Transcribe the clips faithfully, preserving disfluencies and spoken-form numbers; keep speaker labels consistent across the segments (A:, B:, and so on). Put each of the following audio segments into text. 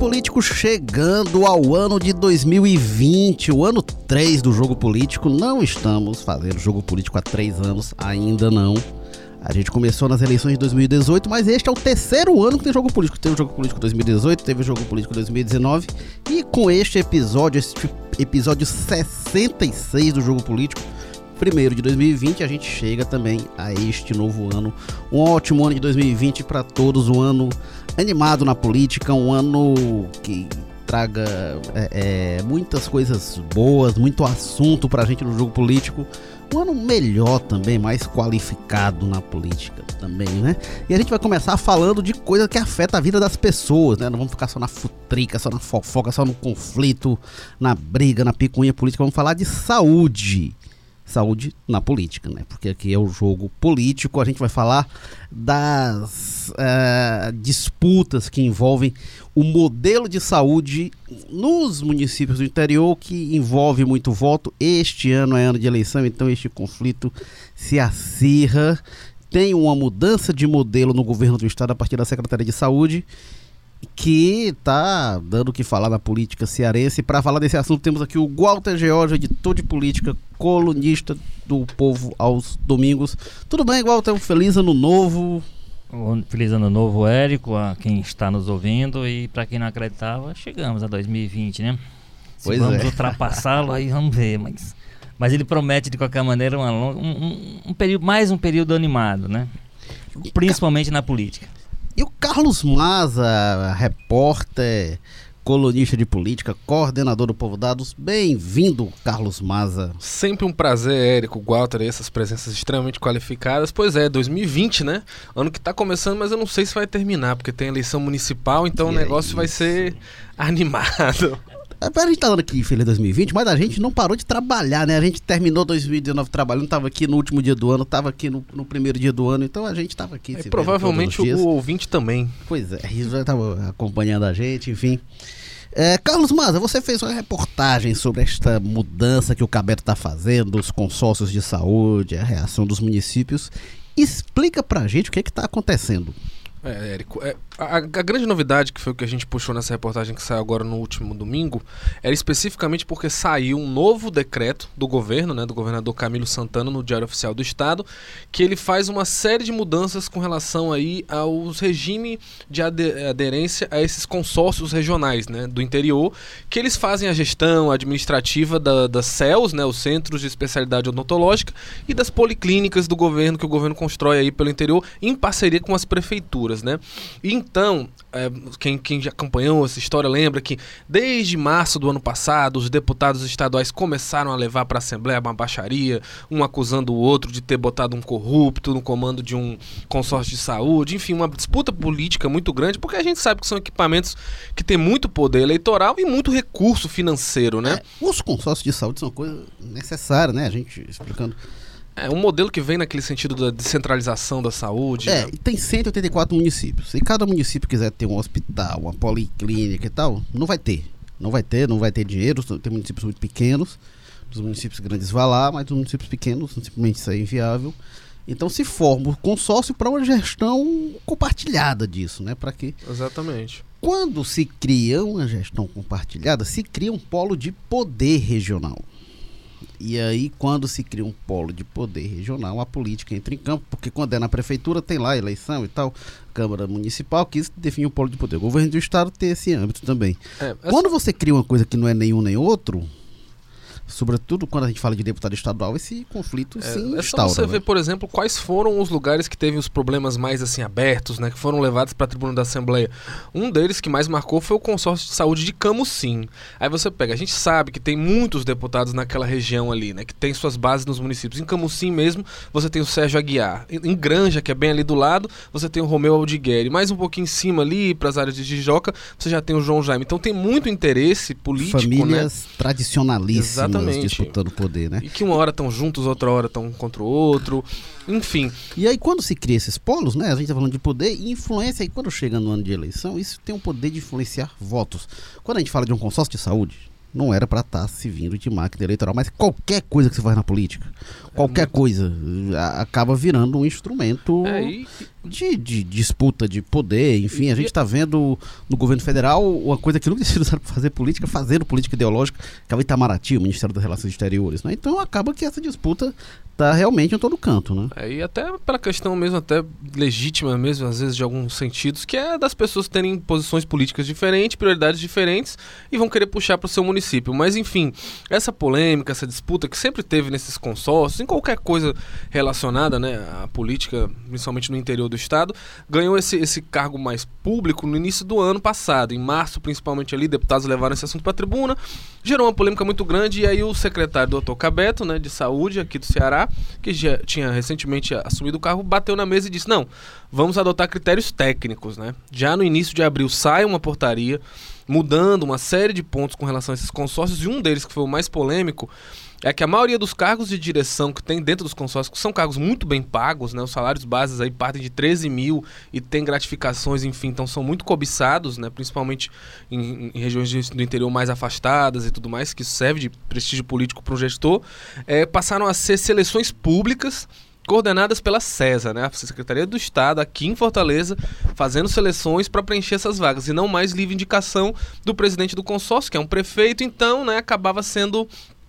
A: Político chegando ao ano de dois mil e vinte, o ano três do Jogo Político. Não estamos fazendo Jogo Político há três anos, ainda não. A gente começou nas eleições de dois mil e dezoito, mas este é o terceiro ano que tem Jogo Político. Teve o Jogo Político dois mil e dezoito, teve o Jogo Político dois mil e dezenove. E com este episódio, este episódio sessenta e seis do Jogo Político, primeiro de dois mil e vinte, a gente chega também a este novo ano. Um ótimo ano de dois mil e vinte para todos, um ano animado na política, um ano que traga é, é, muitas coisas boas, muito assunto pra gente no jogo político. Um ano melhor também, mais qualificado na política também, né? E a gente vai começar falando de coisa que afeta a vida das pessoas, né? Não vamos ficar só na futrica, só na fofoca, só no conflito, na briga, na picuinha política. Vamos falar de saúde. Saúde na política, né? Porque aqui é o jogo político. A gente vai falar das uh, disputas que envolvem o modelo de saúde nos municípios do interior, que envolve muito voto. Este ano é ano de eleição, então este conflito se acirra. Tem uma mudança de modelo no governo do estado a partir da Secretaria de Saúde, que está dando o que falar na política cearense. Para falar desse assunto, temos aqui o Walter George, editor de política, colunista do Povo aos domingos. Tudo bem, Walter? Um feliz ano novo.
B: Um feliz ano novo, Érico, a quem está nos ouvindo. E para quem não acreditava, chegamos a dois mil e vinte, né? Se
A: pois
B: vamos
A: é.
B: ultrapassá-lo, aí vamos ver. Mas, mas ele promete, de qualquer maneira, uma longa, um, um, um período, mais um período animado, né? Principalmente na política.
A: E o Carlos Maza, repórter, colunista de política, coordenador do Povo Dados. Bem-vindo, Carlos Maza.
C: Sempre um prazer, Érico, Walter, essas presenças extremamente qualificadas. Pois é, dois mil e vinte, né? Ano que tá começando, mas eu não sei se vai terminar, porque tem eleição municipal, então e o negócio é vai ser animado.
A: A gente tá falando aqui feliz dois mil e vinte, mas a gente não parou de trabalhar, né? A gente terminou dois mil e dezenove trabalhando, tava aqui no último dia do ano, tava aqui no, no primeiro dia do ano, então a gente tava aqui.
C: É, provavelmente o ouvinte também.
A: Pois é, ele já tava acompanhando a gente, enfim. É, Carlos Maza, você fez uma reportagem sobre esta mudança que o Cabeto tá fazendo, os consórcios de saúde, a reação dos municípios. Explica pra gente o que é que tá acontecendo.
C: É, Érico, é, a, a grande novidade que foi o que a gente puxou nessa reportagem que saiu agora no último domingo era especificamente porque saiu um novo decreto do governo, né, do governador Camilo Santana, no Diário Oficial do Estado, que ele faz uma série de mudanças com relação aí aos regimes de aderência a esses consórcios regionais, né, do interior, que eles fazem a gestão administrativa da, das C E Ls, né, os Centros de Especialidade Odontológica, e das policlínicas do governo, que o governo constrói aí pelo interior, em parceria com as prefeituras. Né? E então, é, quem, quem já acompanhou essa história lembra que desde março do ano passado os deputados estaduais começaram a levar para a Assembleia uma baixaria, um acusando o outro de ter botado um corrupto no comando de um consórcio de saúde, enfim, uma disputa política muito grande, porque a gente sabe que são equipamentos que têm muito poder eleitoral e muito recurso financeiro, né?
A: É, os consórcios de saúde são uma coisa necessária, né? A gente explicando.
C: É um modelo que vem naquele sentido da descentralização da saúde.
A: É,
C: né?
A: E tem cento e oitenta e quatro municípios. Se cada município quiser ter um hospital, uma policlínica e tal, não vai ter. Não vai ter, não vai ter dinheiro. Tem municípios muito pequenos. Os municípios grandes vão lá, mas os municípios pequenos simplesmente isso é inviável. Então se forma um consórcio para uma gestão compartilhada disso, né? Para que...
C: Exatamente.
A: Quando se cria uma gestão compartilhada, se cria um polo de poder regional. E aí, quando se cria um polo de poder regional, a política entra em campo, porque quando é na prefeitura, tem lá a eleição e tal, Câmara Municipal, que isso define o polo de poder. O governo do estado tem esse âmbito também. É, essa... Quando você cria uma coisa que não é nenhum nem outro, sobretudo quando a gente fala de deputado estadual, esse conflito é, se instaura. É só
C: você ver, por exemplo, quais foram os lugares que teve os problemas mais assim abertos, né, que foram levados para a tribuna da Assembleia. Um deles que mais marcou foi o consórcio de saúde de Camusim. Aí você pega, a gente sabe que tem muitos deputados naquela região ali, né, que tem suas bases nos municípios. Em Camusim mesmo, você tem o Sérgio Aguiar. Em Granja, que é bem ali do lado, você tem o Romeu Aldigueri. Mais um pouquinho em cima ali, para as áreas de Tijoca, você já tem o João Jaime. Então tem muito interesse político,
A: famílias, né, tradicionalíssimas.
C: Exatamente.
A: Disputando poder, né?
C: E que uma hora estão juntos, outra hora estão contra o outro, enfim.
A: E aí quando se cria esses polos, né, a gente está falando de poder e influência, e quando chega no ano de eleição, isso tem o poder de influenciar votos. Quando a gente fala de um consórcio de saúde, não era para estar se vindo de máquina eleitoral, mas qualquer coisa que você faz na política, qualquer é muito... coisa, acaba virando um instrumento
C: é, e,
A: de, de disputa de poder, enfim, a gente está vendo no governo federal uma coisa que nunca tinha sido usada para fazer política, fazendo política ideológica, que é o Itamaraty, o Ministério das Relações Exteriores, né? Então acaba que essa disputa tá realmente em todo canto, né?
C: É, e até pela questão mesmo, até legítima mesmo, às vezes de alguns sentidos, que é das pessoas terem posições políticas diferentes, prioridades diferentes e vão querer puxar para o seu município. Mas enfim, essa polêmica, essa disputa que sempre teve nesses consórcios, em qualquer coisa relacionada, né, à política, principalmente no interior do estado, ganhou esse, esse cargo mais público no início do ano passado. Em março, principalmente ali, deputados levaram esse assunto para a tribuna, gerou uma polêmica muito grande e aí o secretário doutor Cabeto, né, de saúde aqui do Ceará, que já tinha recentemente assumido o cargo, bateu na mesa e disse, não, vamos adotar critérios técnicos, né? Já no início de abril sai uma portaria mudando uma série de pontos com relação a esses consórcios, e um deles, que foi o mais polêmico, é que a maioria dos cargos de direção que tem dentro dos consórcios são cargos muito bem pagos, né? Os salários bases aí partem de treze mil e tem gratificações, enfim, então são muito cobiçados, né? Principalmente em, em regiões de, do interior mais afastadas e tudo mais, que isso serve de prestígio político para o gestor. É, passaram a ser seleções públicas coordenadas pela CESA, né? A Secretaria do Estado aqui em Fortaleza, fazendo seleções para preencher essas vagas, e não mais livre indicação do presidente do consórcio, que é um prefeito, então, né, acabava sendo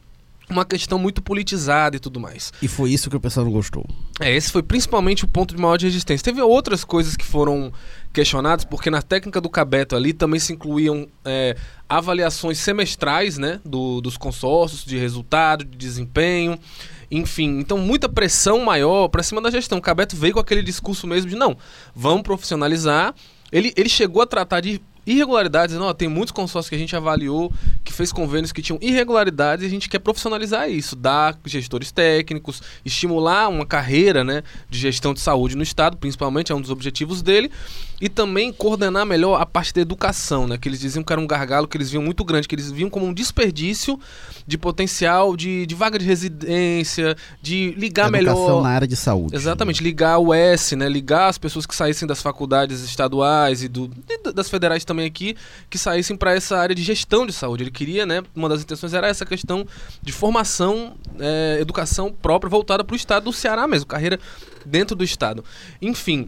C: uma questão muito politizada e tudo mais.
A: E foi isso que o pessoal não gostou.
C: É, esse foi principalmente o ponto de maior de resistência. Teve outras coisas que foram questionadas, porque na técnica do Cabeto ali também se incluíam é, avaliações semestrais, né, do, dos consórcios, de resultado, de desempenho, enfim. Então muita pressão maior para cima da gestão. O Cabeto veio com aquele discurso mesmo de não, vamos profissionalizar. Ele, ele chegou a tratar de irregularidades, não, tem muitos consórcios que a gente avaliou, que fez convênios que tinham irregularidades, e a gente quer profissionalizar isso, dar gestores técnicos, estimular uma carreira, né, de gestão de saúde no estado, principalmente é um dos objetivos dele, e também coordenar melhor a parte da educação, né, que eles diziam que era um gargalo que eles viam muito grande, que eles viam como um desperdício de potencial de, de vaga de residência, de ligar
A: educação
C: melhor...
A: Educação na área de saúde.
C: Exatamente, ligar o S, né, ligar as pessoas que saíssem das faculdades estaduais e, do, e das federais também aqui, que saíssem para essa área de gestão de saúde. Ele queria, né, uma das intenções era essa questão de formação, é, educação própria, voltada para o estado do Ceará mesmo, carreira dentro do estado. Enfim,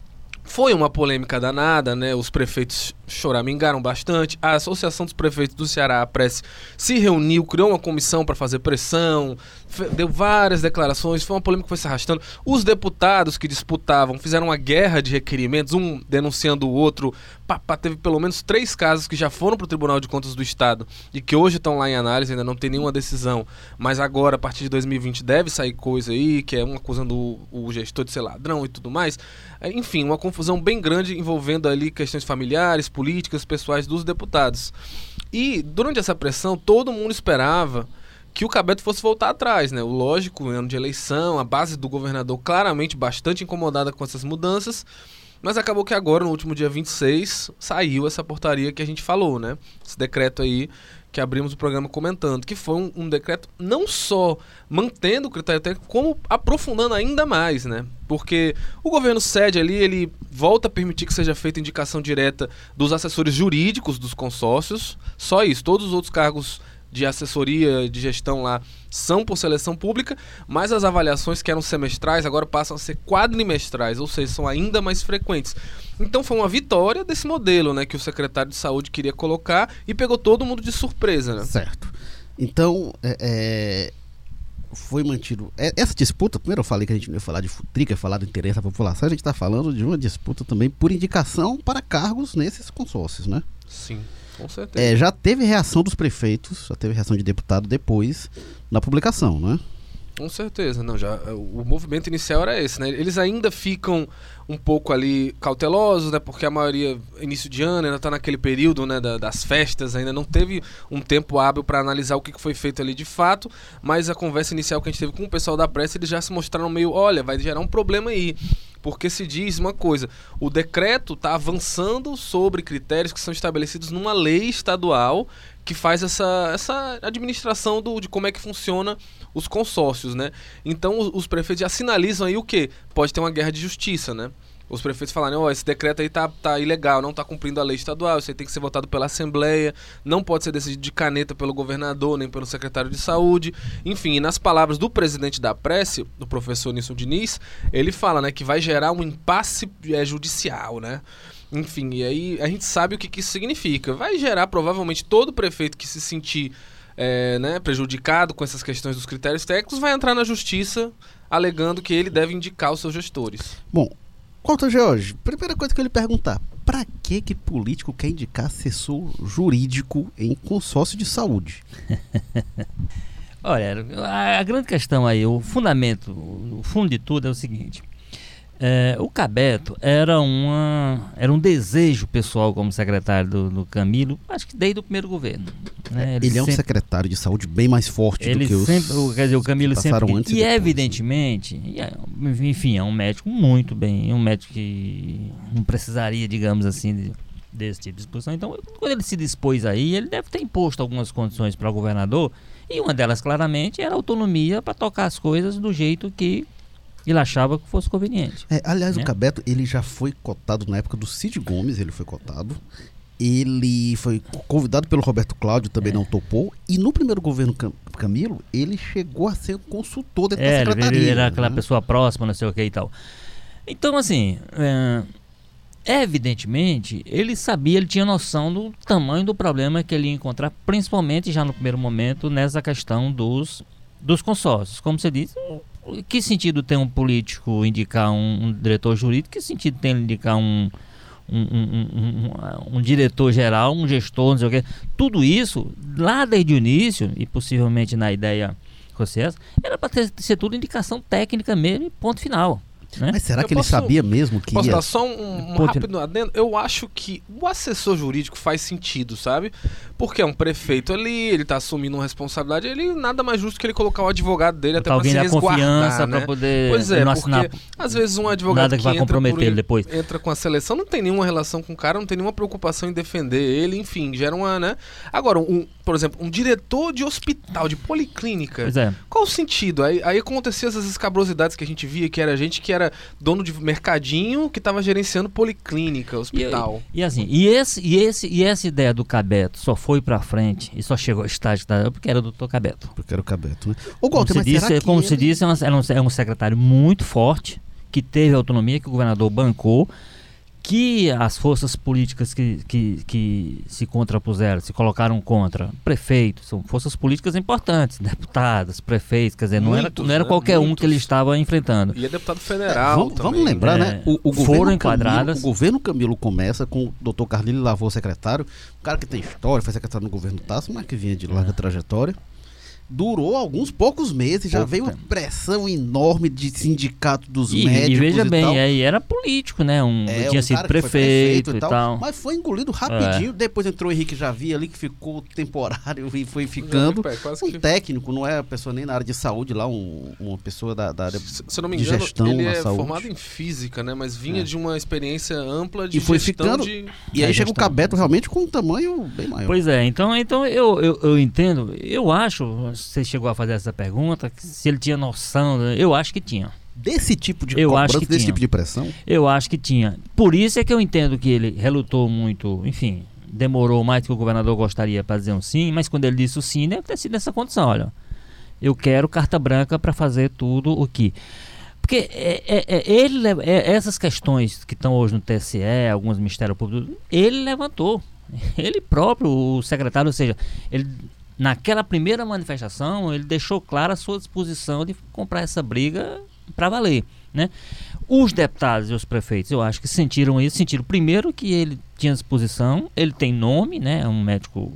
C: foi uma polêmica danada, né? Os prefeitos choramingaram bastante. A Associação dos Prefeitos do Ceará, a Prece, se reuniu, criou uma comissão para fazer pressão, deu várias declarações, foi uma polêmica que foi se arrastando. Os deputados que disputavam fizeram uma guerra de requerimentos, um denunciando o outro. Pá, pá, teve pelo menos três casos que já foram para o Tribunal de Contas do Estado e que hoje estão lá em análise, ainda não tem nenhuma decisão. Mas agora, a partir de dois mil e vinte, deve sair coisa aí, que é um acusando o, o gestor de ser ladrão e tudo mais. Enfim, uma confusão bem grande envolvendo ali questões familiares, políticas, pessoais dos deputados. E durante essa pressão, todo mundo esperava que o Cabeto fosse voltar atrás, né? O lógico, ano de eleição, a base do governador claramente bastante incomodada com essas mudanças, mas acabou que agora, no último dia vinte e seis, saiu essa portaria que a gente falou, né? Esse decreto aí que abrimos o programa comentando, que foi um, um decreto não só mantendo o critério técnico, como aprofundando ainda mais, né? Porque o governo cede ali, ele volta a permitir que seja feita indicação direta dos assessores jurídicos dos consórcios, só isso, todos os outros cargos de assessoria, de gestão lá, são por seleção pública, mas as avaliações que eram semestrais agora passam a ser quadrimestrais, ou seja, são ainda mais frequentes. Então foi uma vitória desse modelo, né, que o secretário de saúde queria colocar e pegou todo mundo de surpresa, né?
A: Certo. Então, é, é, foi mantido... É, essa disputa, primeiro eu falei que a gente não ia falar de futrica, ia falar do interesse da população, a gente está falando de uma disputa também por indicação para cargos nesses consórcios, né?
C: Sim. Com certeza.
A: É, já teve reação dos prefeitos, já teve reação de deputado depois na publicação, né?
C: Com certeza, não, já, o movimento inicial era esse, né? Eles ainda ficam um pouco ali cautelosos, né? Porque a maioria, início de ano, ainda está naquele período, né, da, das festas, ainda não teve um tempo hábil para analisar o que foi feito ali de fato, mas a conversa inicial que a gente teve com o pessoal da Prece, eles já se mostraram meio, olha, vai gerar um problema aí. Porque se diz uma coisa, o decreto está avançando sobre critérios que são estabelecidos numa lei estadual que faz essa, essa administração do, de como é que funciona os consórcios, né? Então os, os prefeitos já sinalizam aí o quê? Pode ter uma guerra de justiça, né? Os prefeitos falarem, ó, oh, esse decreto aí tá, tá ilegal, não tá cumprindo a lei estadual, isso aí tem que ser votado pela Assembleia, não pode ser decidido de caneta pelo governador, nem pelo secretário de saúde. Enfim, e nas palavras do presidente da Prece, do professor Nilson Diniz, ele fala, né, que vai gerar um impasse é, judicial, né? Enfim, e aí a gente sabe o que, que isso significa. Vai gerar, provavelmente, todo prefeito que se sentir é, né, prejudicado com essas questões dos critérios técnicos vai entrar na justiça alegando que ele deve indicar os seus gestores.
A: Bom, Walter George, primeira coisa que eu ia lhe perguntar, pra que que político quer indicar assessor jurídico em consórcio de saúde?
B: Olha, a, a grande questão aí, o fundamento, o fundo de tudo é o seguinte, é, o Cabeto era, uma, era um desejo pessoal como secretário do, do Camilo, acho que desde o primeiro governo. Né?
A: Ele, ele é um sempre, secretário de saúde bem mais forte do que os
B: sempre, quer dizer, o Camilo sempre
A: antes
B: e,
A: e depois,
B: evidentemente, e, enfim, é um médico muito bem, um médico que não precisaria, digamos assim, de, desse tipo de disposição. Então, quando ele se dispôs aí, ele deve ter imposto algumas condições para o governador, e uma delas, claramente, era a autonomia para tocar as coisas do jeito que ele achava que fosse conveniente.
A: É, aliás,
B: né?
A: O Cabeto, ele já foi cotado na época do Cid Gomes, ele foi cotado. Ele foi convidado pelo Roberto Cláudio, também é. não topou. E no primeiro governo Cam- Camilo, ele chegou a ser consultor dentro
B: é,
A: da secretaria.
B: Ele era aquela
A: né?
B: pessoa próxima, não sei o que e tal. Então, assim, é, evidentemente, ele sabia, ele tinha noção do tamanho do problema que ele ia encontrar, principalmente já no primeiro momento, nessa questão dos, dos consórcios. Como você disse, que sentido tem um político indicar um, um diretor jurídico? Que sentido tem ele indicar um, um, um, um, um, um diretor geral, um gestor, não sei o quê? Tudo isso, lá desde o início, e possivelmente na ideia que fosse essa, era para ser tudo indicação técnica mesmo e ponto final. Né?
A: Mas será
C: Eu
A: que ele
C: posso-
A: sabia mesmo que
C: Posso
A: ia...
C: dar só um, um
B: Ponto-
C: rápido adendo? Eu acho que o assessor jurídico faz sentido, sabe? Porque é um prefeito ali, ele tá assumindo uma responsabilidade, ele nada mais justo que ele colocar o advogado dele até
B: Pra
C: pra
B: alguém
C: se
B: dar
C: resguardar,
B: confiança
C: né?
B: para poder
C: Pois é,
B: ele não
C: porque
B: assinar
C: às vezes um advogado
B: nada que vai
C: entra
B: comprometer
C: por-
B: ele depois.
C: entra com a seleção, não tem nenhuma relação com o cara, não tem nenhuma preocupação em defender ele, enfim, gera uma, né? Agora, um, por exemplo, um diretor de hospital, de policlínica,
B: Pois é.
C: qual o sentido? Aí, aí acontecia essas escabrosidades que a gente via, que era gente que era dono de mercadinho, que estava gerenciando policlínica, hospital.
B: E, e assim, e, esse, e, esse, e essa ideia do Cabeto só foi pra frente e só chegou ao estágio da, porque era o doutor Cabeto.
A: Porque era o Cabeto, né? Ô,
B: Como,
A: Walter,
B: se
A: mas
B: disse,
A: será que
B: como
A: ele...
B: se disse, é, uma- é um, é um secretário muito forte, que teve autonomia, que o governador bancou, que as forças políticas que, que, que se contrapuseram, se colocaram contra, prefeitos, são forças políticas importantes, deputados, prefeitos, quer dizer, não era,
C: Muitos,
B: não era
C: né?
B: qualquer um que
C: Muitos.
B: ele estava enfrentando.
C: E é deputado
A: É,
C: federal
A: vamos,
C: também.
A: vamos lembrar,
B: É,
A: né? O, o
B: foram
A: governo
B: enquadradas.
A: Camilo, o governo Camilo começa com o doutor Carlile Lavor, secretário, um cara que tem história, foi secretário no governo Tasso, mas que vinha de larga trajetória. Durou alguns poucos meses, já
B: Pouco
A: veio uma
B: tempo.
A: pressão enorme de sindicato dos
B: E,
A: médicos
B: e veja
A: e
B: bem,
A: tal.
B: aí era político, né? Um,
A: É,
B: tinha
A: um
B: sido
A: cara que foi
B: prefeito, e tal.
A: Mas foi engolido rapidinho. Depois entrou o Henrique Javi ali, que ficou temporário e foi ficando.
C: É, quase
A: Um
C: que-
A: técnico, não é a pessoa nem na área de saúde lá, um- uma pessoa da, da área
C: Se se eu não me
A: de
C: engano,
A: gestão
C: ele
A: na
C: é
A: saúde.
C: formado em física, né? Mas vinha
A: É.
C: de uma experiência ampla de
A: E foi
C: gestão
A: ficando-
C: de...
A: E aí
B: É,
A: chega o
B: gestão.
A: Cabeto realmente com um tamanho bem maior.
B: Pois é, então, então eu, eu, eu entendo, eu acho, você chegou a fazer essa pergunta, que se ele tinha noção, né? Eu acho que tinha.
A: Desse tipo de
B: Eu
A: cobrança,
B: acho que
A: desse
B: tinha.
A: tipo de pressão.
B: Eu acho que tinha. Por isso é que eu entendo que ele relutou muito, enfim, demorou mais do que o governador gostaria para dizer um sim, mas quando ele disse o sim, deve ter sido nessa condição, olha, eu quero carta branca para fazer tudo o que... Porque é, é, é, ele, leva- é, essas questões que estão hoje no T S E, alguns ministérios públicos, ele levantou. Ele próprio, o secretário, ou seja, ele, naquela primeira manifestação, ele deixou clara a sua disposição de comprar essa briga para valer, né? Os deputados e os prefeitos, eu acho que sentiram isso, sentiram primeiro que ele tinha disposição, ele tem nome, né? É um médico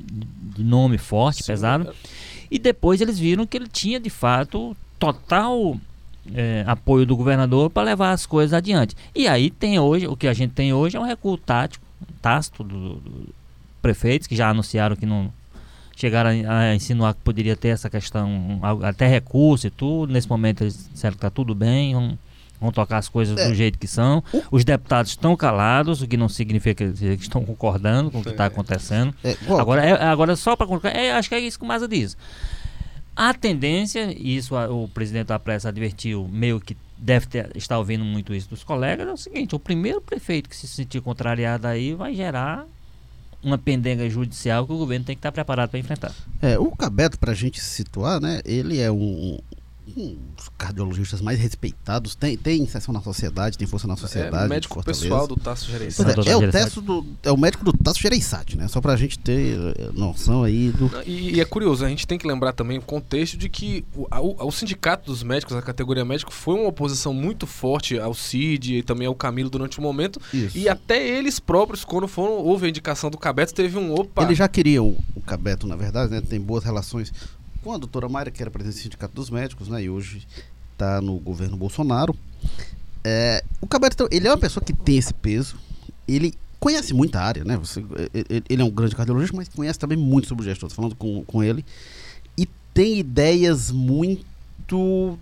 B: de nome forte,
C: Sim,
B: pesado,
C: é.
B: e depois eles viram que ele tinha de fato total é, apoio do governador para levar as coisas adiante. E aí tem hoje, o que a gente tem hoje é um recuo tático, tácito dos do prefeitos que já anunciaram que não chegaram a, a insinuar que poderia ter essa questão, um, até recurso e tudo. Nesse momento eles disseram que está tudo bem, vão, vão tocar as coisas
A: É.
B: do jeito que são. Os deputados estão calados, o que não significa que eles estão concordando com o que está
C: É.
B: acontecendo.
A: É, Walter,
B: Agora, é, agora só para concluir, é, acho que é isso que o Maza diz. A tendência, e isso a- o presidente da pressa advertiu meio que deve ter, estar ouvindo muito isso dos colegas, é o seguinte: o primeiro prefeito que se sentir contrariado aí vai gerar uma pendenga judicial que o governo tem que estar preparado para enfrentar.
A: É, o Cabeto, para a gente se situar, né, ele é um, um dos cardiologistas mais respeitados, tem, tem inserção na sociedade, tem força na sociedade.
C: É médico pessoal do Tasso Gereissati.
A: É, é, o Tasso do, é o médico do Tasso Gereissati, né? Só pra gente ter noção aí do...
C: E, e é curioso, a gente tem que lembrar também o contexto de que o, o, o sindicato dos médicos, a categoria médico, foi uma oposição muito forte ao Cid e também ao Camilo durante o momento. Isso. E até eles próprios, quando foram, houve a indicação do Cabeto, teve um opa...
A: Eles já queriam o, o Cabeto, na verdade, né? Tem boas relações com a doutora Mayra, que era presidente do Sindicato dos Médicos, né? E hoje está no governo Bolsonaro. É, o Cabeto, ele é uma pessoa que tem esse peso, ele conhece muita área, né? Você, ele é um grande cardiologista, mas conhece também muito sobre o gestor. Estou falando com, com ele. E tem ideias muito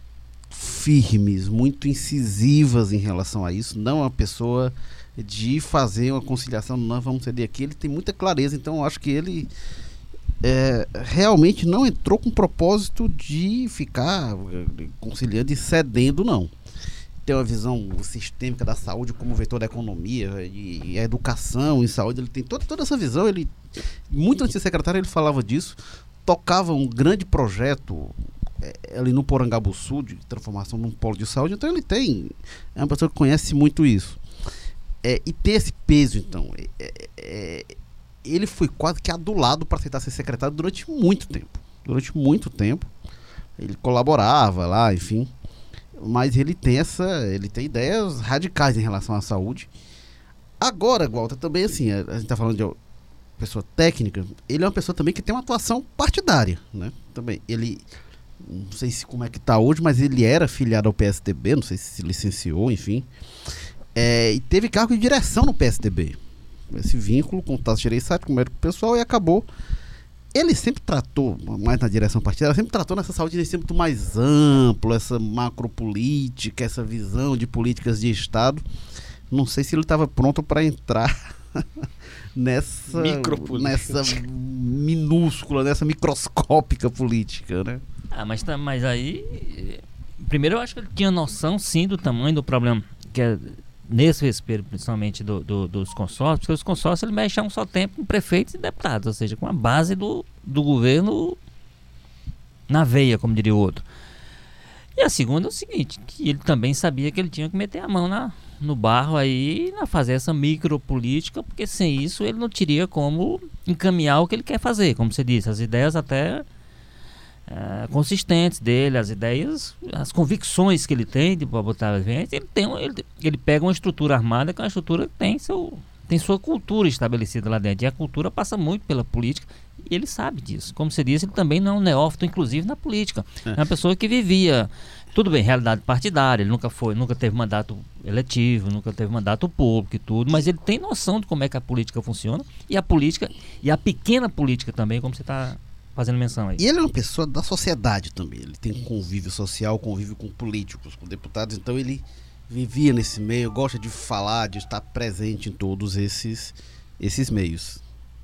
A: firmes, muito incisivas em relação a isso. Não é uma pessoa de fazer uma conciliação, nós vamos ceder aqui. Ele tem muita clareza, então eu acho que ele... É, realmente não entrou com o propósito de ficar conciliando e cedendo, não. Tem uma visão sistêmica da saúde como vetor da economia e, e a educação em saúde. Ele tem toda, toda essa visão. Ele, muito antes de ser secretário, ele falava disso. Tocava um grande projeto é, ali no Porangabuçu de transformação num polo de saúde. Então ele tem, é uma pessoa que conhece muito isso. É, e ter esse peso, então, é, é, ele foi quase que adulado para aceitar ser secretário durante muito tempo. Durante muito tempo. Ele colaborava lá, enfim. Mas ele tem essa, ele tem ideias radicais em relação à saúde. Agora, Walter, também assim, a, a gente está falando de uma pessoa técnica, ele é uma pessoa também que tem uma atuação partidária, né? Também, ele, não sei se como é que está hoje, mas ele era filiado ao P S D B, não sei se se licenciou, enfim. É, e teve cargo de direção no P S D B. Esse vínculo com o Tasso Gereissati, com o médico pessoal, e acabou. Ele sempre tratou, mais na direção partidária, sempre tratou nessa saúde nesse âmbito mais amplo, essa macropolítica, essa visão de políticas de Estado. Não sei se ele estava pronto para entrar nessa, nessa minúscula, nessa microscópica política, né?
B: Ah, mas, tá, mas aí... Primeiro eu acho que ele tinha noção, sim, do tamanho do problema, que é... nesse respeito, principalmente do, do, dos consórcios, porque os consórcios ele mexe a um só tempo com prefeitos e deputados, ou seja, com a base do, do governo na veia, como diria o outro. E a segunda é o seguinte, que ele também sabia que ele tinha que meter a mão na, no barro aí, na fazer essa micropolítica, porque sem isso ele não teria como encaminhar o que ele quer fazer, como você disse, as ideias até... Uh, consistentes dele, as ideias, as convicções que ele tem de botar a gente, ele tem, ele, ele pega uma estrutura armada que é uma estrutura que tem seu, tem sua cultura estabelecida lá dentro, e a cultura passa muito pela política, e ele sabe disso. Como você disse, ele também não é um neófito, inclusive na política. É, é uma pessoa que vivia, tudo bem, realidade partidária, ele nunca foi, nunca teve mandato eletivo, nunca teve mandato público e tudo, mas ele tem noção de como é que a política funciona, e a política, e a pequena política também, como você está fazendo menção aí.
A: E ele é uma pessoa da sociedade também. Ele tem convívio social, convívio com políticos, com deputados. Então ele vivia nesse meio, gosta de falar, de estar presente em todos esses, esses meios.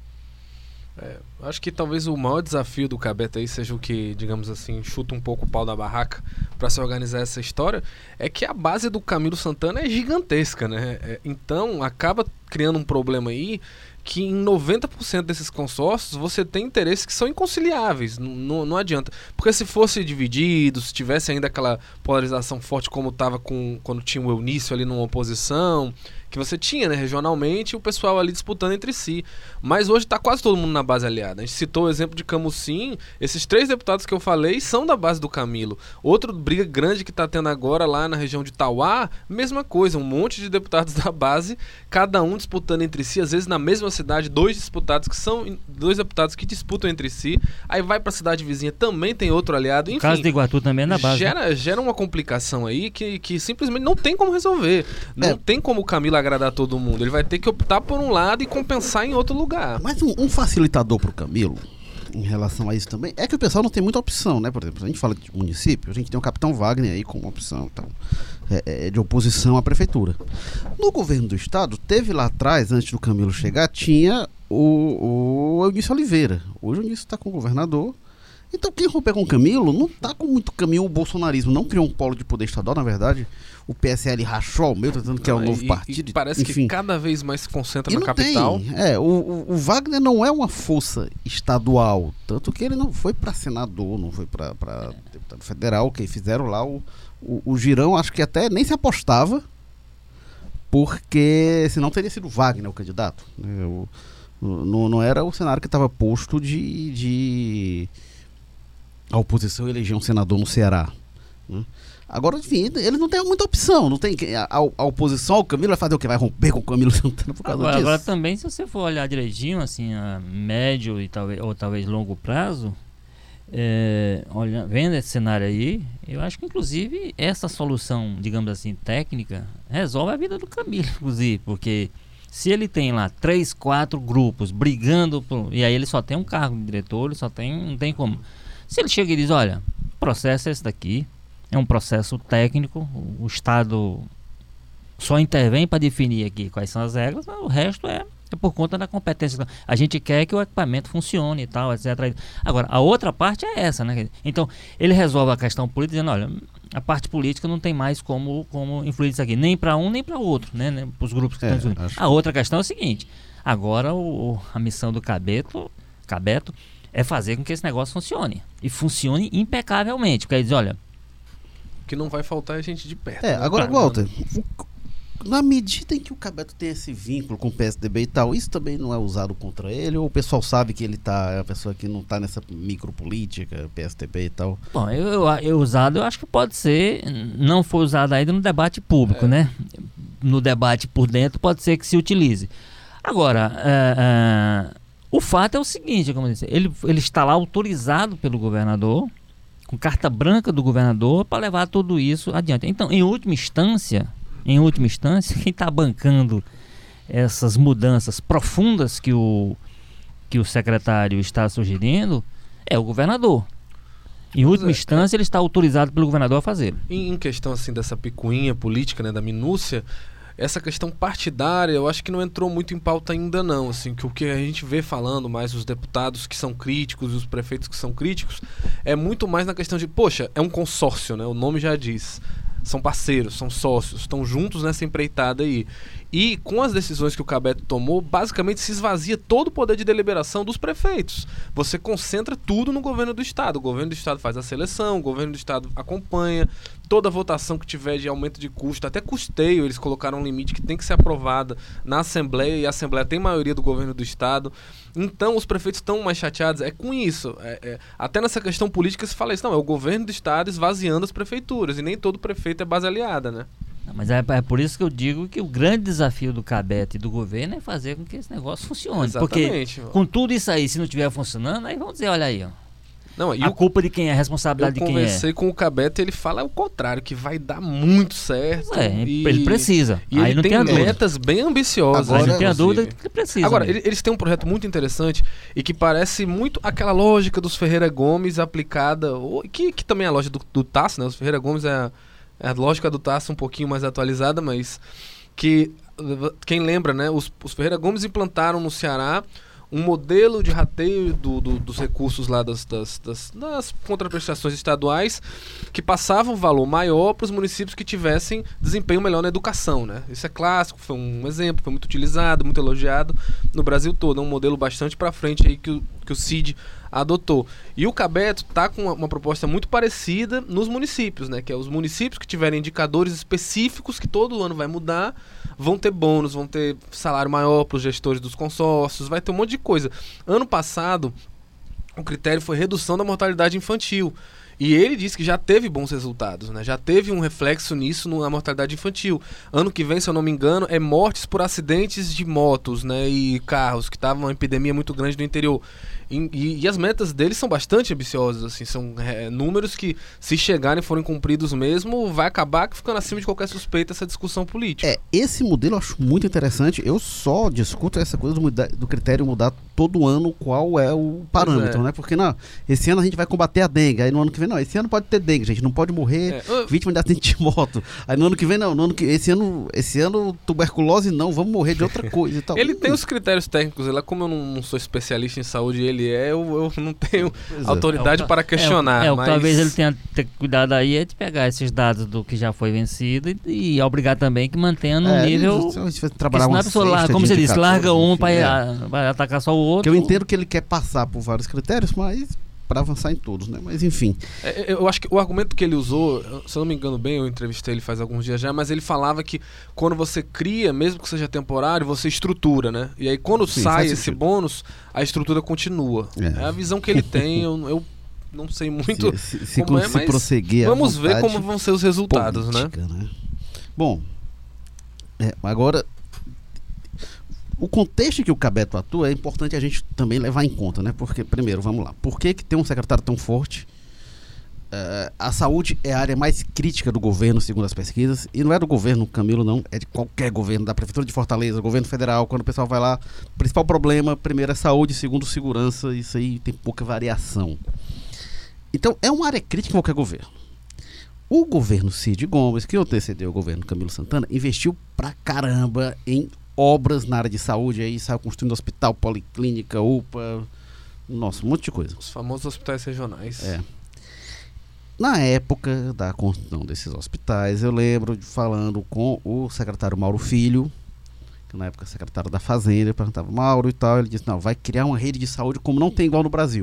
C: É, acho que talvez o maior desafio do Cabeto aí seja o que, digamos assim, chuta um pouco o pau da barraca para se organizar essa história, é que a base do Camilo Santana é gigantesca, né? É, então acaba criando um problema aí que em noventa por cento desses consórcios você tem interesses que são inconciliáveis, não, não adianta. Porque se fosse dividido, se tivesse ainda aquela polarização forte como estava com, quando tinha o Eunício ali numa oposição, que você tinha, né, regionalmente, o pessoal ali disputando entre si. Mas hoje está quase todo mundo na base aliada. A gente citou o exemplo de Camusim, esses três deputados que eu falei são da base do Camilo. Outra briga grande que está tendo agora lá na região de Tauá, mesma coisa, um monte de deputados da base, cada um disputando entre si, às vezes na mesma cidade, dois disputados que são dois deputados que disputam entre si, aí vai para a cidade vizinha, também tem outro aliado, enfim.
B: O caso de Iguatu também é na base.
C: Gera, né? gera uma complicação aí que, que simplesmente não tem como resolver. Não é. tem como o Camilo agradar todo mundo. Ele vai ter que optar por um lado e compensar em outro lugar.
A: Mas um, um facilitador pro Camilo em relação a isso também é que o pessoal não tem muita opção, né? Por exemplo, a gente fala de município, a gente tem o Capitão Wagner aí como opção, então, é, é de oposição à prefeitura. No governo do estado, teve lá atrás, antes do Camilo chegar, tinha o, o Eunício Oliveira. Hoje o Eunício está com o governador Então quem romper com o Camilo não tá com muito caminho. O bolsonarismo não criou um polo de poder estadual, na verdade. O P S L rachou ao meio, tentando criar um novo
C: e,
A: partido.
C: E parece
A: enfim.
C: que cada vez mais se concentra
A: E
C: na
A: não
C: capital.
A: Tem. É, o, o, o Wagner não é uma força estadual. Tanto que ele não foi para senador, não foi para deputado federal. Que fizeram lá o, o, o Girão, acho que até nem se apostava, porque senão teria sido Wagner o candidato. Né? O, não, não era o cenário que estava posto de, de a oposição eleger um senador no Ceará. Né? Agora, enfim, ele não tem muita opção. Não tem, a, a oposição ao Camilo vai fazer o quê? Vai romper com o Camilo Santana por causa
B: agora,
A: disso?
B: agora também, se você for olhar direitinho, assim, a médio e talvez, ou talvez longo prazo, é, olha, vendo esse cenário aí, eu acho que inclusive essa solução, digamos assim, técnica, resolve a vida do Camilo, inclusive, porque se ele tem lá três, quatro grupos brigando, por, e aí ele só tem um cargo de diretor, ele só tem, não tem como. Se ele chega e diz, olha, o processo é esse daqui, é um processo técnico, o Estado só intervém para definir aqui quais são as regras, o resto é, é por conta da competência. A gente quer que o equipamento funcione e tal, etcétera. Agora, a outra parte é essa, né? Então, ele resolve a questão política dizendo, olha, a parte política não tem mais como, como influir isso aqui, nem para um nem para outro, né? Para os grupos que
A: É,
B: estão
A: acho...
B: A outra questão é o seguinte, agora o, a missão do Cabeto, Cabeto é fazer com que esse negócio funcione, e funcione impecavelmente, porque aí diz, olha,
C: que não vai faltar gente de perto.
A: É,
C: né?
A: agora,
C: Tá,
A: Walter, na medida em que o Cabeto tem esse vínculo com o P S D B e tal, isso também não é usado contra ele? Ou o pessoal sabe que ele tá, é uma pessoa que não tá nessa micropolítica, P S D B e tal?
B: Bom, eu, eu, eu usado, eu acho que pode ser, não foi usado ainda no debate público,
C: É.
B: né? No debate por dentro pode ser que se utilize. Agora, é, é, o fato é o seguinte, como eu disse, ele, ele está lá autorizado pelo governador, com carta branca do governador, para levar tudo isso adiante. Então, em última instância, em última instância, quem está bancando essas mudanças profundas que o, que o secretário está sugerindo é o governador. Em
C: Pois
B: última
C: é,
B: instância, ele está autorizado pelo governador a fazer.
C: Em, em questão assim dessa picuinha política, né, da minúcia, essa questão partidária, eu acho que não entrou muito em pauta ainda não, assim, que o que a gente vê falando mais os deputados que são críticos e os prefeitos que são críticos, é muito mais na questão de, poxa, é um consórcio, né, o nome já diz, são parceiros, são sócios, estão juntos nessa empreitada aí. E com as decisões que o Cabeto tomou, basicamente se esvazia todo o poder de deliberação dos prefeitos. Você concentra tudo no governo do estado. O governo do estado faz a seleção, o governo do estado acompanha. Toda votação que tiver de aumento de custo, até custeio, eles colocaram um limite que tem que ser aprovada na Assembleia, e a Assembleia tem maioria do governo do estado. Então os prefeitos estão mais chateados. É com isso. É, é, até nessa questão política se fala isso. Não, é o governo do estado esvaziando as prefeituras. E nem todo prefeito é base aliada, né?
B: Mas é, é por isso que eu digo que o grande desafio do Cabeto e do governo é fazer com que esse negócio funcione.
C: Exatamente.
B: Porque com tudo isso aí, se não estiver funcionando, aí vamos dizer, olha aí, ó.
C: Não, e
B: A
C: o,
B: culpa de quem é, a responsabilidade
C: eu
B: de quem é.
C: conversei com o Cabeto e ele fala o contrário, que vai dar muito certo.
B: É,
C: e,
B: ele precisa.
C: E
B: aí
C: ele
B: não
C: tem
B: tem a dúvida.
C: metas bem ambiciosas.
A: Agora,
B: Mas não tem a
C: inclusive.
B: dúvida que ele precisa.
C: Agora,
B: mesmo.
C: ele- eles têm um projeto muito interessante e que parece muito aquela lógica dos Ferreira Gomes aplicada, ou- que, que também é a lógica do, do Tasso, né? Os Ferreira Gomes é a, é a lógica do Tasso um pouquinho mais atualizada, mas que, quem lembra, né? Os, os Ferreira Gomes implantaram no Ceará um modelo de rateio do- do- dos recursos lá das, das, das, das contraprestações estaduais que passava um valor maior para os municípios que tivessem desempenho melhor na educação, né? Isso é clássico, foi um exemplo, foi muito utilizado, muito elogiado no Brasil todo. É um modelo bastante para frente aí que o, que o Cid adotou. E o Cabeto tá com uma, uma proposta muito parecida nos municípios, né? Que é os municípios que tiverem indicadores específicos que todo ano vai mudar, vão ter bônus, vão ter salário maior para os gestores dos consórcios, vai ter um monte de coisa. Ano passado, o critério foi redução da mortalidade infantil. E ele disse que já teve bons resultados, né? Já teve um reflexo nisso na mortalidade infantil. Ano que vem, se eu não me engano, é mortes por acidentes de motos, né? E carros, que estavam uma epidemia muito grande no interior. E, e- e as metas deles são bastante ambiciosas, assim, são é, números que, se chegarem e forem cumpridos mesmo, vai acabar ficando acima de qualquer suspeita essa discussão política.
A: É, esse modelo eu acho muito interessante. Eu só discuto essa coisa do, muda- do critério mudar todo ano qual é o parâmetro,
C: é.
A: né? Porque não, esse ano a gente vai combater a dengue, aí no ano que vem não, esse ano pode ter dengue, gente, não pode morrer
C: É,
A: vítima de acidente de moto. Aí no ano que vem não, no ano que esse ano, esse ano tuberculose não, vamos morrer de outra coisa e tal.
C: Ele tem os critérios técnicos, lá como eu não, não sou especialista em saúde, ele ele é, eu, eu não tenho
A: Pois é.
C: autoridade
B: É o-
C: para questionar.
B: É, é, o que
C: mas...
B: talvez ele tenha que ter cuidado aí é de pegar esses dados do que já foi vencido e, e obrigar também que mantenha no
A: É,
B: nível.
A: se você
B: Porque
A: trabalhar
B: senão
A: uma
B: a pessoa,
A: cesta
B: larga, como
A: de
B: você disse,
A: indicadores,
B: larga um
A: enfim,
B: para
A: é.
B: atacar só o outro.
A: Que eu entendo que ele quer passar por vários critérios, mas para avançar em todos, né? Mas enfim.
C: É, eu acho que o argumento que ele usou, se eu não me engano bem, eu entrevistei ele faz alguns dias já, mas ele falava que quando você cria, mesmo que seja temporário, você estrutura, né? E aí quando
A: Sim,
C: sai
A: faz
C: esse
A: sentido.
C: bônus, a estrutura continua.
A: É.
C: É, a visão que ele tem, eu, eu não sei muito
A: se se, se,
C: como é,
A: se
C: mas
A: prosseguir à
C: vamos ver
A: vontade
C: como vão ser os resultados, né?
A: política, né? Bom, é, agora o contexto em que o Cabeto atua é importante a gente também levar em conta, né? Porque, primeiro, vamos lá. Por que, que tem um secretário tão forte? Uh, a saúde é a área mais crítica do governo, segundo as pesquisas, e não é do governo, Camilo, não, é de qualquer governo, da Prefeitura de Fortaleza, governo federal. Quando o pessoal vai lá, o principal problema, primeiro é saúde, segundo segurança, isso aí tem pouca variação. Então, é uma área crítica em qualquer governo. O governo Cid Gomes, que antecedeu o governo Camilo Santana, investiu pra caramba em obras na área de saúde, aí saiu construindo hospital, policlínica, U P A, nossa, um monte de coisa.
C: Os famosos hospitais regionais.
A: É. Na época da construção desses hospitais, eu lembro de falando com o secretário Mauro Filho, que na época era secretário da Fazenda, eu perguntava, Mauro e tal, ele disse, não, vai criar uma rede de saúde como não tem igual no Brasil.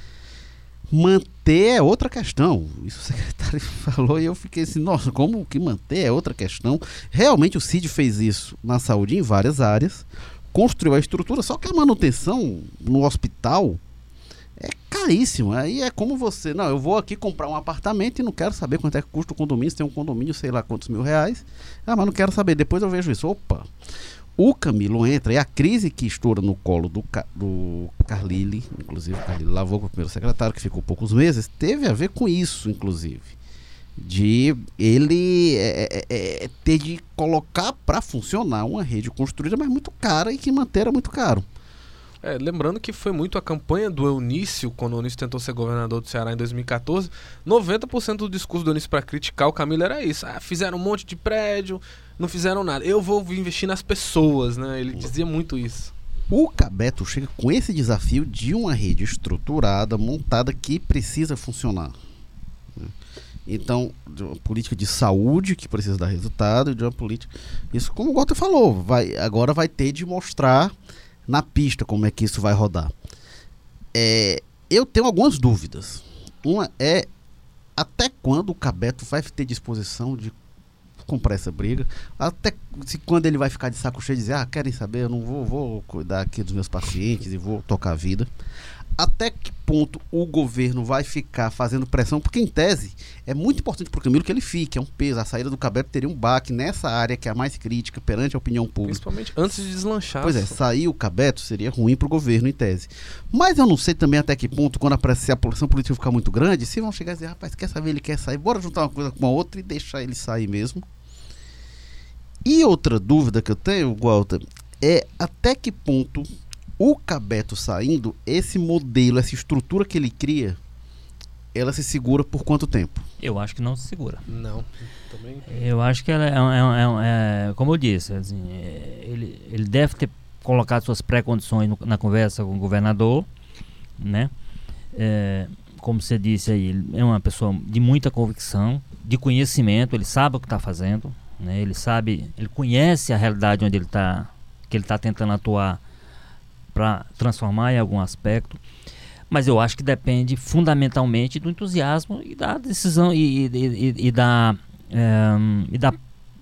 A: Manter é outra questão. Isso o secretário falou e eu fiquei assim, nossa, como que manter é outra questão? Realmente o Cid fez isso na saúde em várias áreas, construiu a estrutura, só que a manutenção no hospital é caríssimo. Aí é como você, não, eu vou aqui comprar um apartamento e não quero saber quanto é que custa o condomínio, se tem um condomínio, sei lá quantos mil reais. Ah, mas não quero saber, depois eu vejo isso. Opa! O Camilo entra e a crise que estoura no colo do, do Carlile, inclusive o Carlile lavou com o primeiro secretário, que ficou poucos meses, teve a ver com isso, inclusive. De ele é, é, é, ter de colocar para funcionar uma rede construída, mas muito cara e que manter era muito caro.
C: É, lembrando que foi muito a campanha do Eunício, quando o Eunício tentou ser governador do Ceará em dois mil e catorze, noventa por cento do discurso do Eunício para criticar o Camilo era isso. Ah, fizeram um monte de prédio, não fizeram nada. Eu vou investir nas pessoas, né? Ele dizia muito isso.
A: O Cabeto chega com esse desafio de uma rede estruturada, montada, que precisa funcionar. Então, de uma política de saúde que precisa dar resultado, e de uma política... Isso, como o Walter falou, vai, agora vai ter de mostrar na pista como é que isso vai rodar. É, eu tenho algumas dúvidas. Uma é até quando o Cabeto vai ter disposição de comprar essa briga, até se quando ele vai ficar de saco cheio e dizer, ah, querem saber, eu não vou, vou cuidar aqui dos meus pacientes e vou tocar a vida. Até que ponto o governo vai ficar fazendo pressão, porque em tese é muito importante para o Camilo que ele fique, é um peso, a saída do Cabeto teria um baque nessa área que é a mais crítica perante a opinião pública.
C: Principalmente antes de deslanchar.
A: Pois é, sair o Cabeto seria ruim para o governo em tese. Mas eu não sei também até que ponto, quando a pressão, a pressão política ficar muito grande, se vão chegar e dizer, rapaz, quer saber, ele quer sair, bora juntar uma coisa com a outra e deixar ele sair mesmo. E outra dúvida que eu tenho, Walter, é até que ponto o Cabeto saindo, esse modelo, essa estrutura que ele cria, ela se segura por quanto tempo?
B: Eu acho que não se segura.
C: Não, também.
B: Eu acho que ela é, é, é, é como eu disse, assim, é, ele, ele deve ter colocado suas pré-condições no, na conversa com o governador, né? É, como você disse aí, ele é uma pessoa de muita convicção, de conhecimento, ele sabe o que está fazendo, né? Ele sabe, ele conhece a realidade onde ele está, que ele está tentando atuar para transformar em algum aspecto, mas eu acho que depende fundamentalmente do entusiasmo e da decisão e, e, e, e da, é, e da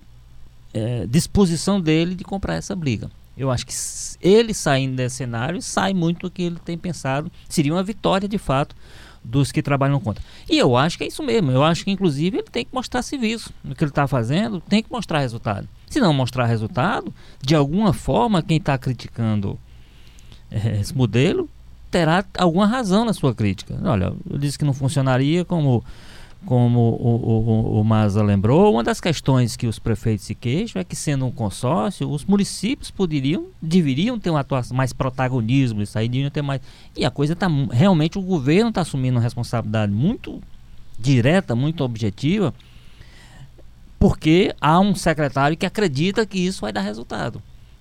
B: é, disposição dele de comprar essa briga. Eu acho que ele saindo desse cenário sai muito do que ele tem pensado, seria uma vitória de fato dos que trabalham contra. E eu acho que é isso mesmo, eu acho que inclusive ele tem que mostrar serviço no que ele está fazendo, tem que mostrar resultado. Se não mostrar resultado, de alguma forma quem está criticando esse modelo terá alguma razão na sua crítica. Olha, eu disse que não funcionaria, como, como o, o, o Maza lembrou. Uma das questões que os prefeitos se queixam é que, sendo um consórcio, os municípios poderiam, deveriam ter uma atuação, mais protagonismo, isso aí deveriam ter mais. E a coisa está realmente, o governo está assumindo uma responsabilidade muito direta, muito objetiva, porque há um secretário que acredita que isso vai dar resultado.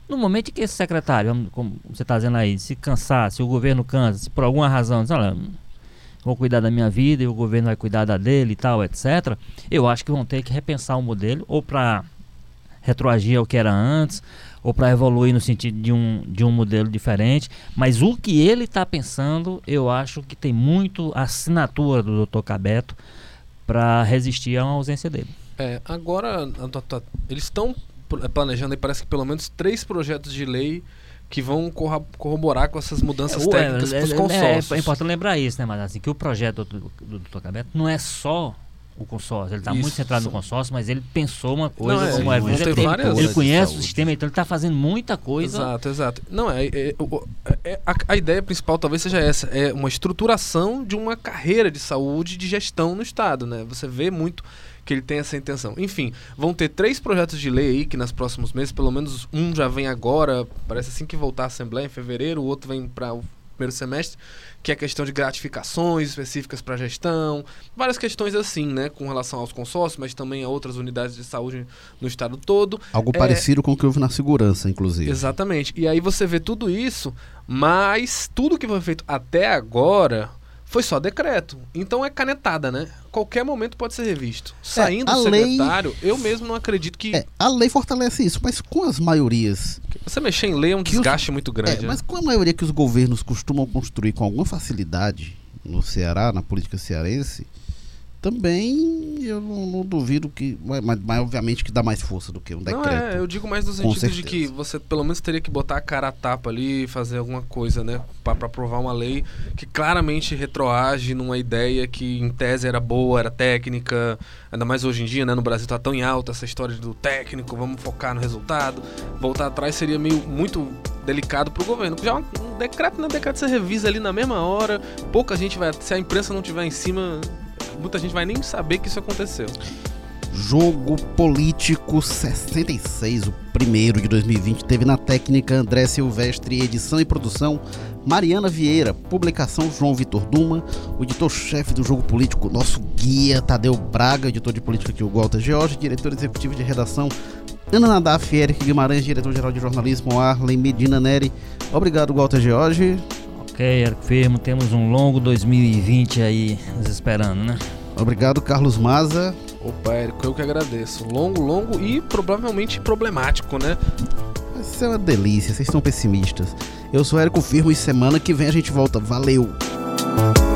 B: No momento em que esse secretário, como você está dizendo aí, se cansar, se o governo cansa, se por alguma razão, diz, olha, vou cuidar da minha vida e o governo vai cuidar da dele e tal, etcétera, eu acho que vão ter que repensar o modelo, ou para retroagir ao que era antes, ou para evoluir no sentido de um, de um modelo diferente. Mas o que ele está pensando, eu acho que tem muito a assinatura do doutor Cabeto para resistir a uma ausência dele.
C: É, agora eles estão planejando aí, parece que pelo menos três projetos de lei que vão corroborar com essas mudanças é, técnicas é, para os
B: é,
C: consórcios.
B: É, é importante lembrar isso, né, mas assim, que o projeto do, do doutor Cabeto não é só o consórcio, ele está muito centrado no consórcio, mas ele pensou uma coisa, não, é, como
C: sim,
B: é,
C: tem várias
B: ele conhece o sistema, então ele está fazendo muita coisa.
C: Exato, exato. Não, é, é, é a, a ideia principal talvez seja essa, é uma estruturação de uma carreira de saúde e de gestão no Estado, né? Você vê muito que ele tem essa intenção. Enfim, vão ter três projetos de lei aí que nos próximos meses, pelo menos um já vem agora, parece assim que voltar à Assembleia em fevereiro, o outro vem para o primeiro semestre, que é a questão de gratificações específicas para a gestão, várias questões assim, né, com relação aos consórcios, mas também a outras unidades de saúde no estado todo.
A: Algo é... parecido com o que houve na segurança, inclusive.
C: Exatamente. E aí você vê tudo isso, mas tudo que foi feito até agora foi só decreto. Então é canetada, né? Qualquer momento pode ser revisto. Saindo
A: é,
C: do secretário, lei... eu mesmo não acredito que...
A: É, a lei fortalece isso, mas com as maiorias...
C: Você mexer em lei é um desgaste os... muito grande. É,
A: né?
C: Mas
A: com a maioria que os governos costumam construir com alguma facilidade no Ceará, na política cearense, também eu não, não duvido que... Mas, mas obviamente que dá mais força do que um decreto.
C: Não, é, eu digo mais no sentido de que você pelo menos teria que botar a cara a tapa ali e fazer alguma coisa, né? Para aprovar uma lei que claramente retroage numa ideia que em tese era boa, era técnica, ainda mais hoje em dia, né? No Brasil tá tão em alta essa história do técnico, vamos focar no resultado. Voltar atrás seria meio muito delicado pro governo. Já um, um decreto, né? Decreto você revisa ali na mesma hora, pouca gente vai... Se a imprensa não tiver em cima... Muita gente vai nem saber que isso aconteceu.
A: Jogo Político sessenta e seis, o primeiro de dois mil e vinte, teve na técnica André Silvestre, edição e produção Mariana Vieira, publicação João Vitor Duma, o editor-chefe do Jogo Político, nosso guia Tadeu Braga, editor de política aqui o Walter George, diretor executivo de redação Ana Nadaf, Eric Guimarães, diretor-geral de jornalismo Arlen Medina Neri. Obrigado, Walter George.
B: Ok, Eric Firmo, temos um longo dois mil e vinte aí nos esperando, né?
A: Obrigado, Carlos Maza.
C: Opa, Érico, eu que agradeço. Longo, longo e provavelmente problemático, né?
A: Vai ser uma delícia, vocês estão pessimistas. Eu sou Érico Firmo e semana que vem a gente volta. Valeu!